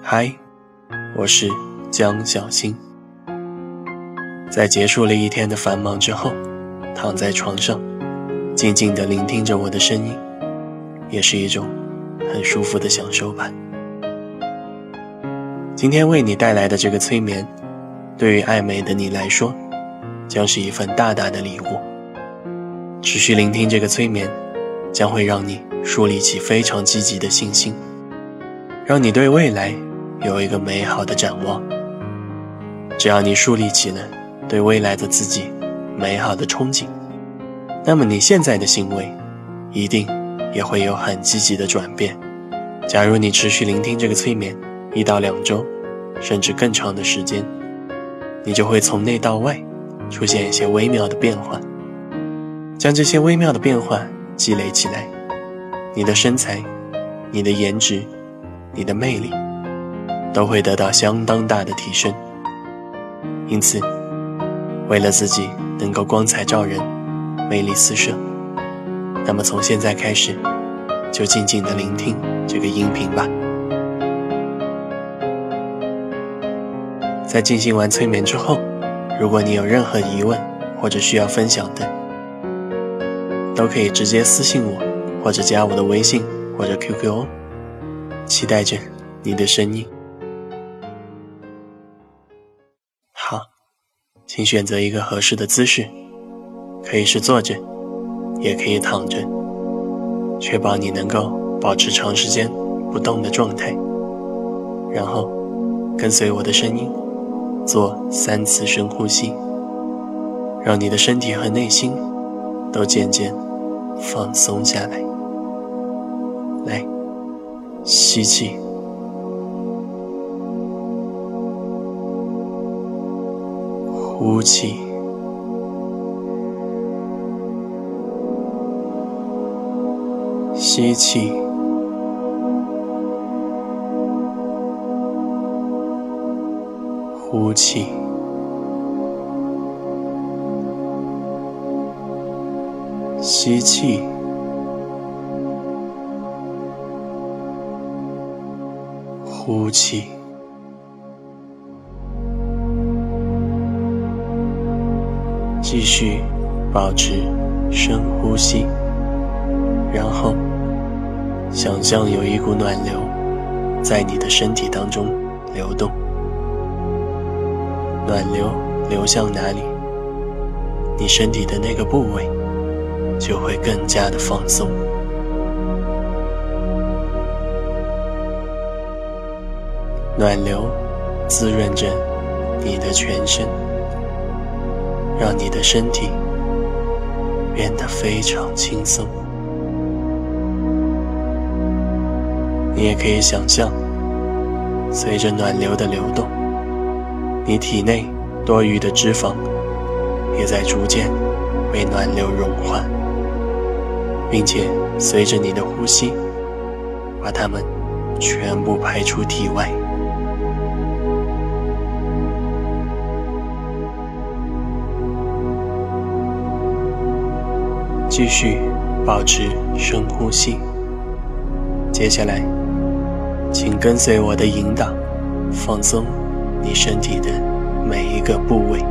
嗨，我是江小新。在结束了一天的繁忙之后，躺在床上，静静地聆听着我的声音，也是一种很舒服的享受吧。今天为你带来的这个催眠，对于爱美的你来说，将是一份大大的礼物。持续聆听这个催眠，将会让你树立起非常积极的信心，让你对未来有一个美好的展望。只要你树立起了对未来的自己美好的憧憬，那么你现在的行为一定也会有很积极的转变。假如你持续聆听这个催眠1到2周，甚至更长的时间，你就会从内到外出现一些微妙的变化。将这些微妙的变化积累起来，你的身材、你的颜值、你的魅力都会得到相当大的提升。因此，为了自己能够光彩照人、魅力四射，那么从现在开始，就静静地聆听这个音频吧。在进行完催眠之后，如果你有任何疑问或者需要分享的，都可以直接私信我，或者加我的微信或者 QQ 哦。期待着你的声音。好，请选择一个合适的姿势，可以是坐着，也可以躺着，确保你能够保持长时间不动的状态。然后跟随我的声音做3次深呼吸，让你的身体和内心都渐渐放松下来。来，吸气，呼气，吸气，呼气，吸气，呼气，继续保持深呼吸，然后想象有一股暖流在你的身体当中流动，暖流流向哪里，你身体的那个部位就会更加的放松。暖流滋润着你的全身，让你的身体变得非常轻松。你也可以想象，随着暖流的流动，你体内多余的脂肪也在逐渐被暖流融化，并且随着你的呼吸，把它们全部排出体外。继续保持深呼吸，接下来请跟随我的引导，放松你身体的每一个部位。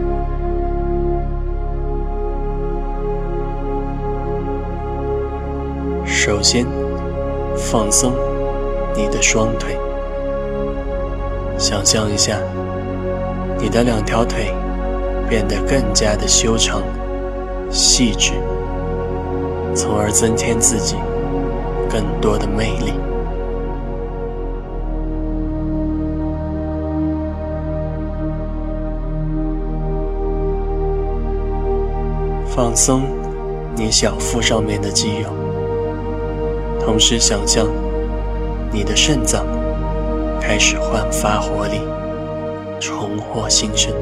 首先，放松你的双腿，想象一下，你的2条腿变得更加的修长、细致，从而增添自己更多的魅力。放松你小腹上面的肌肉，同时想象你的肾脏开始焕发活力，重获新生。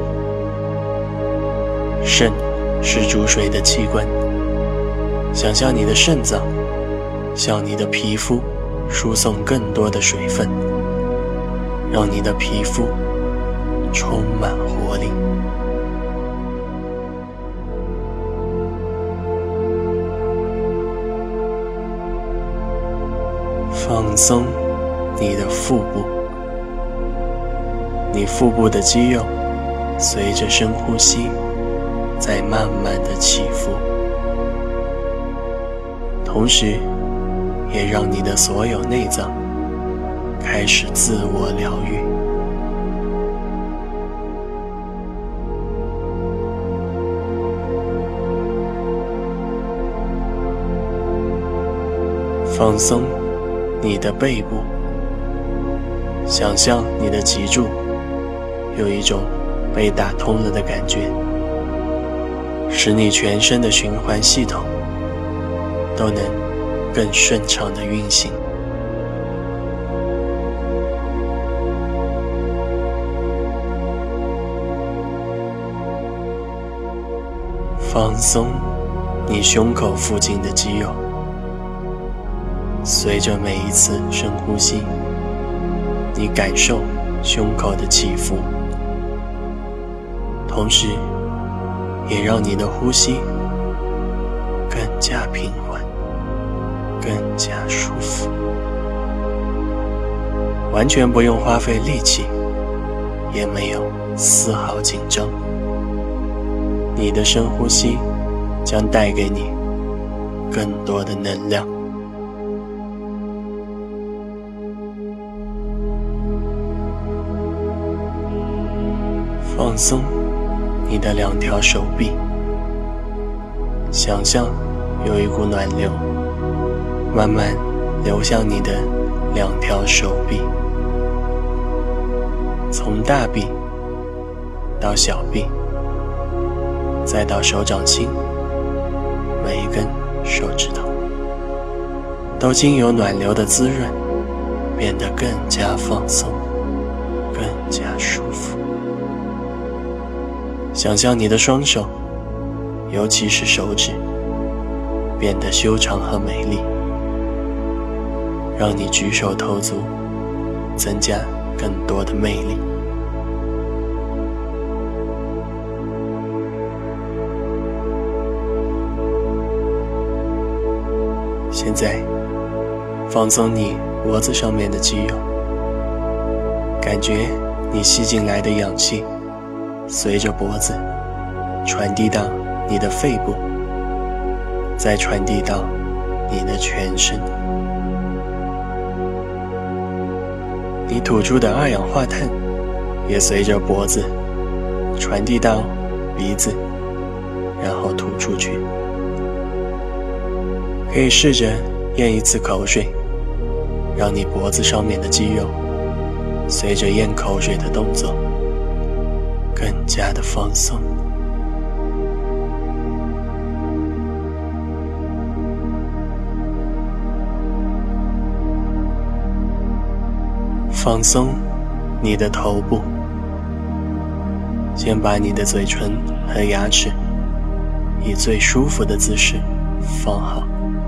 肾是主水的器官，想象你的肾脏向你的皮肤输送更多的水分，让你的皮肤充满活力。放松你的腹部， 你腹部的肌肉随着深呼吸在慢慢的起伏，同时也让你的所有内脏开始自我疗愈。放松你的背部，想象你的脊柱有一种被打通了的感觉，使你全身的循环系统都能更顺畅地运行。放松你胸口附近的肌肉，随着每一次深呼吸，你感受胸口的起伏，同时也让你的呼吸更加平缓，更加舒服，完全不用花费力气，也没有丝毫紧张。你的深呼吸将带给你更多的能量。放松你的两条手臂，想象有一股暖流慢慢流向你的两条手臂，从大臂到小臂，再到手掌心，每一根手指头都经由暖流的滋润，变得更加放松，更加舒服。想象你的双手，尤其是手指，变得修长和美丽，让你举手投足增加更多的魅力。现在放松你脖子上面的肌肉，感觉你吸进来的氧气随着脖子传递到你的肺部，再传递到你的全身。你吐出的二氧化碳也随着脖子传递到鼻子，然后吐出去。可以试着咽一次口水，让你脖子上面的肌肉随着咽口水的动作更加的放松。放松你的头部，先把你的嘴唇和牙齿以最舒服的姿势放好，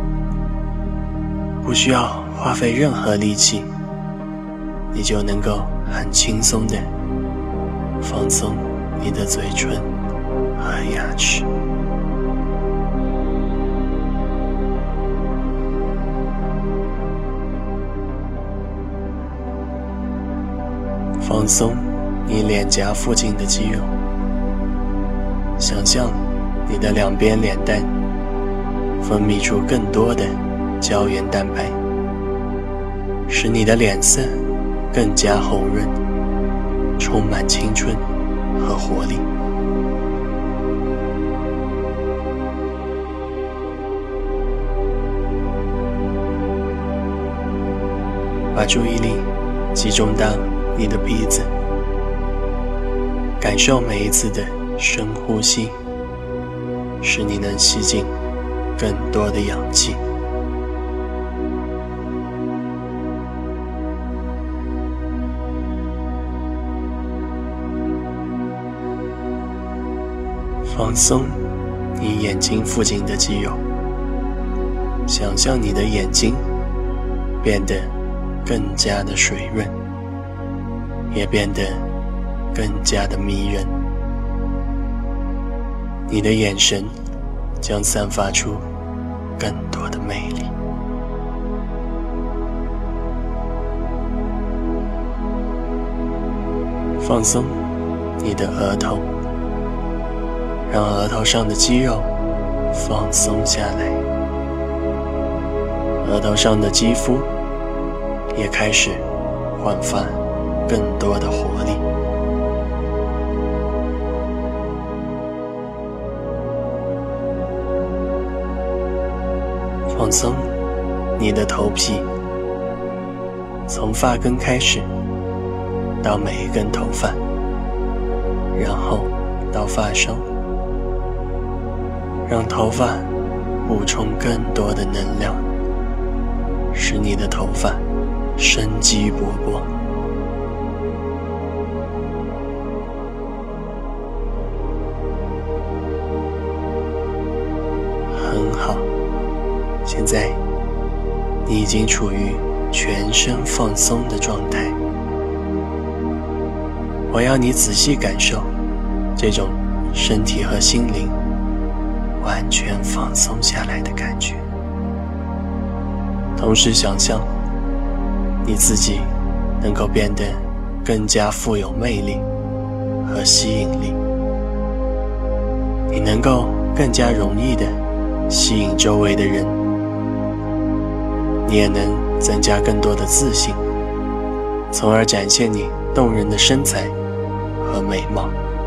不需要花费任何力气，你就能够很轻松地放松你的嘴唇和牙齿。放松你脸颊附近的肌肉，想象你的两边脸蛋分泌出更多的胶原蛋白，使你的脸色更加红润，充满青春和活力。把注意力集中到你的鼻子，感受每一次的深呼吸，使你能吸进更多的氧气。放松你眼睛附近的肌肉，想象你的眼睛变得更加的水润，也变得更加的迷人。你的眼神将散发出更多的魅力。 放松你的额头，让额头上的肌肉放松下来，额头上的肌肤也开始焕发更多的活力。放松你的头皮，从发根开始到每一根头发，然后到发梢，让头发补充更多的能量，使你的头发生机勃勃。很好，现在你已经处于全身放松的状态。我要你仔细感受这种身体和心灵完全放松下来的感觉，同时想象你自己能够变得更加富有魅力和吸引力，你能够更加容易地吸引周围的人，你也能增加更多的自信，从而展现你动人的身材和美貌。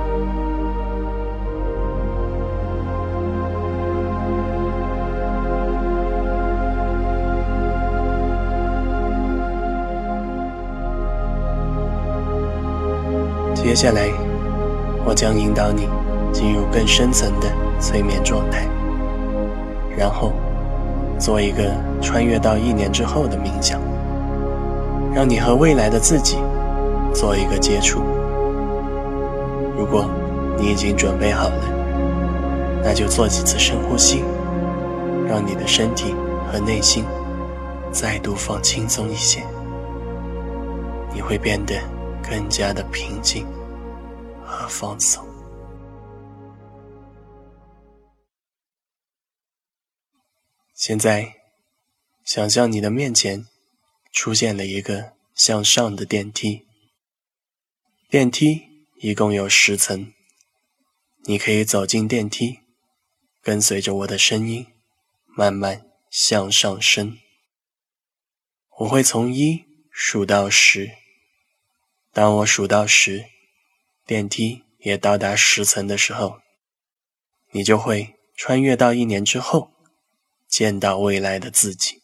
接下来，我将引导你进入更深层的催眠状态，然后做一个穿越到1年之后的冥想，让你和未来的自己做一个接触。如果你已经准备好了，那就做几次深呼吸，让你的身体和内心再度放轻松一些，你会变得更加的平静和放松。现在，想象你的面前出现了一个向上的电梯，电梯一共有10层，你可以走进电梯，跟随着我的声音慢慢向上升。我会从1数到10，当我数到10，电梯也到达10层的时候，你就会穿越到1年之后，见到未来的自己。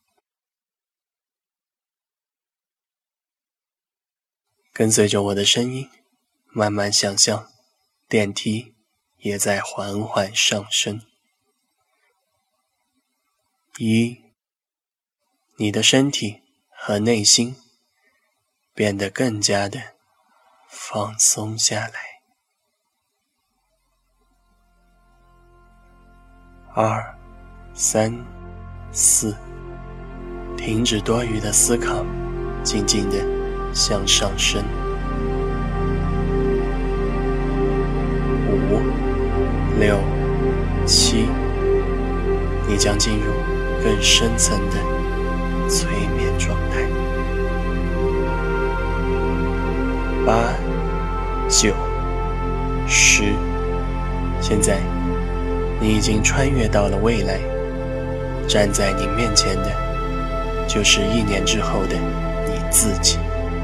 跟随着我的声音，慢慢想象电梯也在缓缓上升。1，你的身体和内心变得更加的放松下来。2、3、4，停止多余的思考，静静的向上升。5、6、7，你将进入更深层的催眠状态。8、9、10，现在你已经穿越到了未来，站在你面前的就是1年之后的你自己。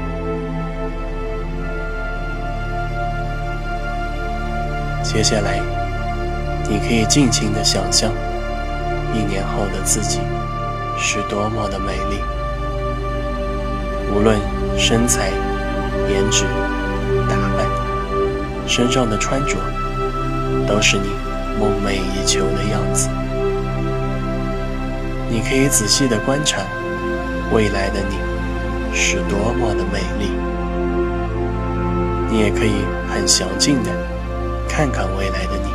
接下来，你可以尽情地想象1年后的自己是多么的美丽，无论身材、颜值、打扮，身上的穿着，都是你梦寐以求的样子。你可以仔细地观察未来的你是多么的美丽，你也可以很详尽地看看未来的你，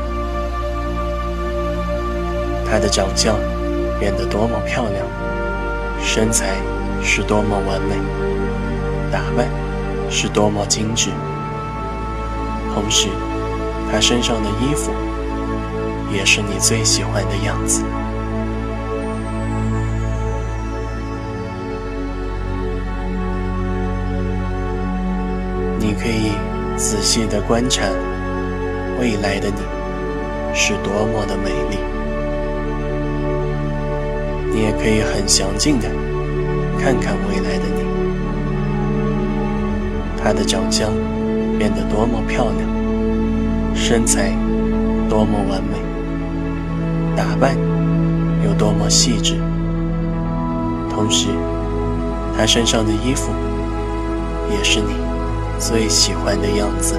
她的长相变得多么漂亮，身材是多么完美，打扮是多么精致，同时她身上的衣服也是你最喜欢的样子。你可以仔细地观察未来的你是多么的美丽。你也可以很详尽地看看未来的你，她的长相变得多么漂亮，身材多么完美，打扮有多么细致，同时她身上的衣服也是你最喜欢的样子。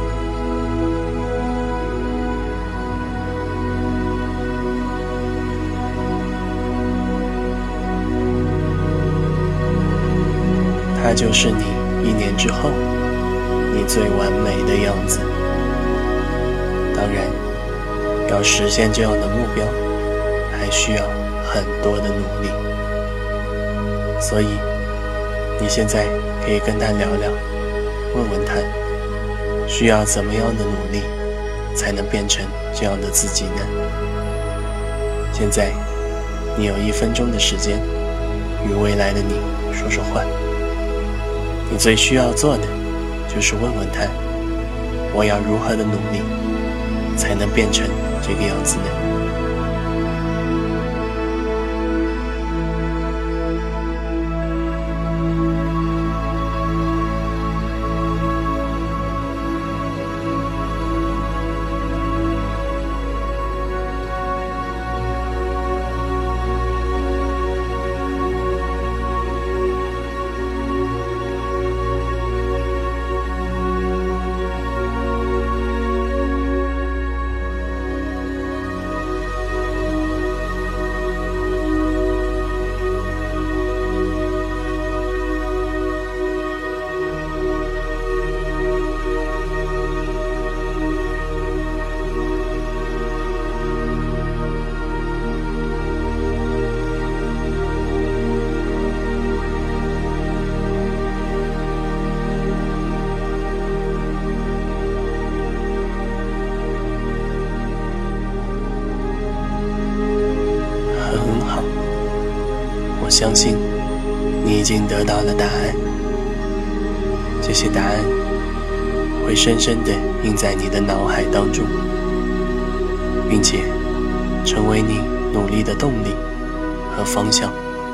它就是你1年之后你最完美的样子。当然，要实现这样的目标，还需要很多的努力。所以，你现在可以跟他聊聊，问问他，需要怎么样的努力，才能变成这样的自己呢？现在，你有1分钟的时间，与未来的你说说话。你最需要做的，就是问问他，我要如何的努力，才能变成这个样子呢？很好，我相信你已经得到了答案。这些答案会深深地印在你的脑海当中，并且成为你努力的动力和方向。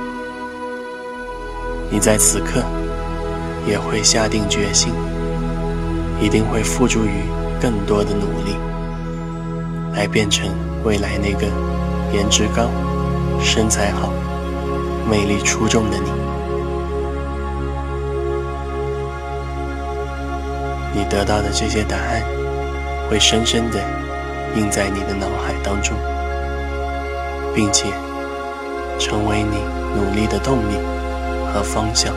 你在此刻也会下定决心，一定会付诸于更多的努力，来变成未来那个颜值高、身材好、魅力出众的你。你得到的这些答案会深深地印在你的脑海当中，并且成为你努力的动力和方向。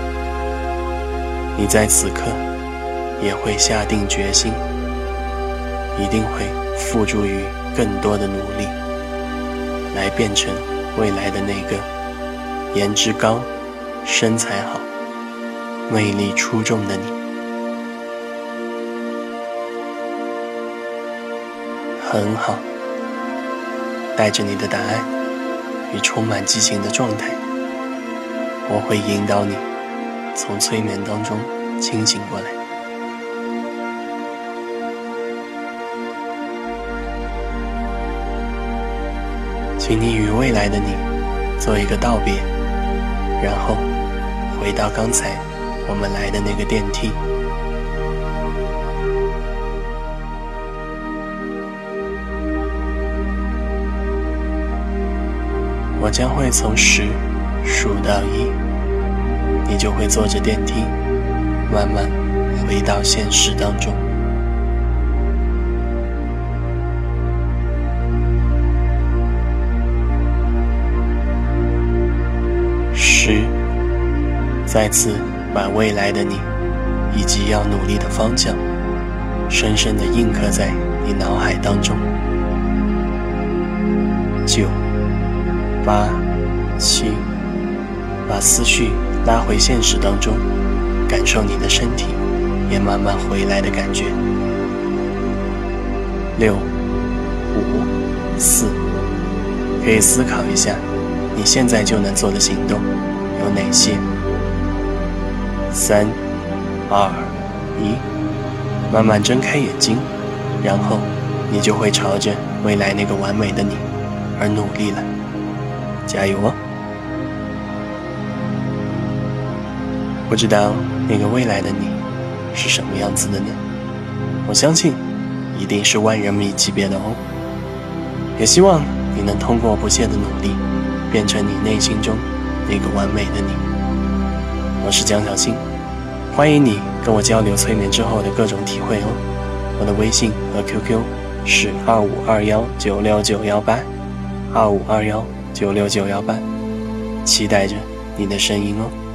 你在此刻也会下定决心，一定会付诸于更多的努力，来变成未来的那个颜值高、身材好、魅力出众的你。很好，带着你的答案与充满激情的状态，我会引导你从催眠当中清醒过来。请你与未来的你做一个道别，然后回到刚才我们来的那个电梯。我将会从10数到1，你就会坐着电梯慢慢回到现实当中。10，再次把未来的你以及要努力的方向深深地印刻在你脑海当中。9、8、7，把思绪拉回现实当中，感受你的身体也慢慢回来的感觉。6、5、4，可以思考一下你现在就能做的行动有哪些。3、2、1， 慢慢睁开眼睛，然后你就会朝着未来那个完美的你而努力了。加油哦！不知道那个未来的你是什么样子的呢？我相信一定是万人迷级别的哦。也希望你能通过不懈的努力，变成你内心中那个完美的你。我是江小新，欢迎你跟我交流催眠之后的各种体会哦。我的微信和 QQ 是2521969918，2521969918，期待着你的声音哦。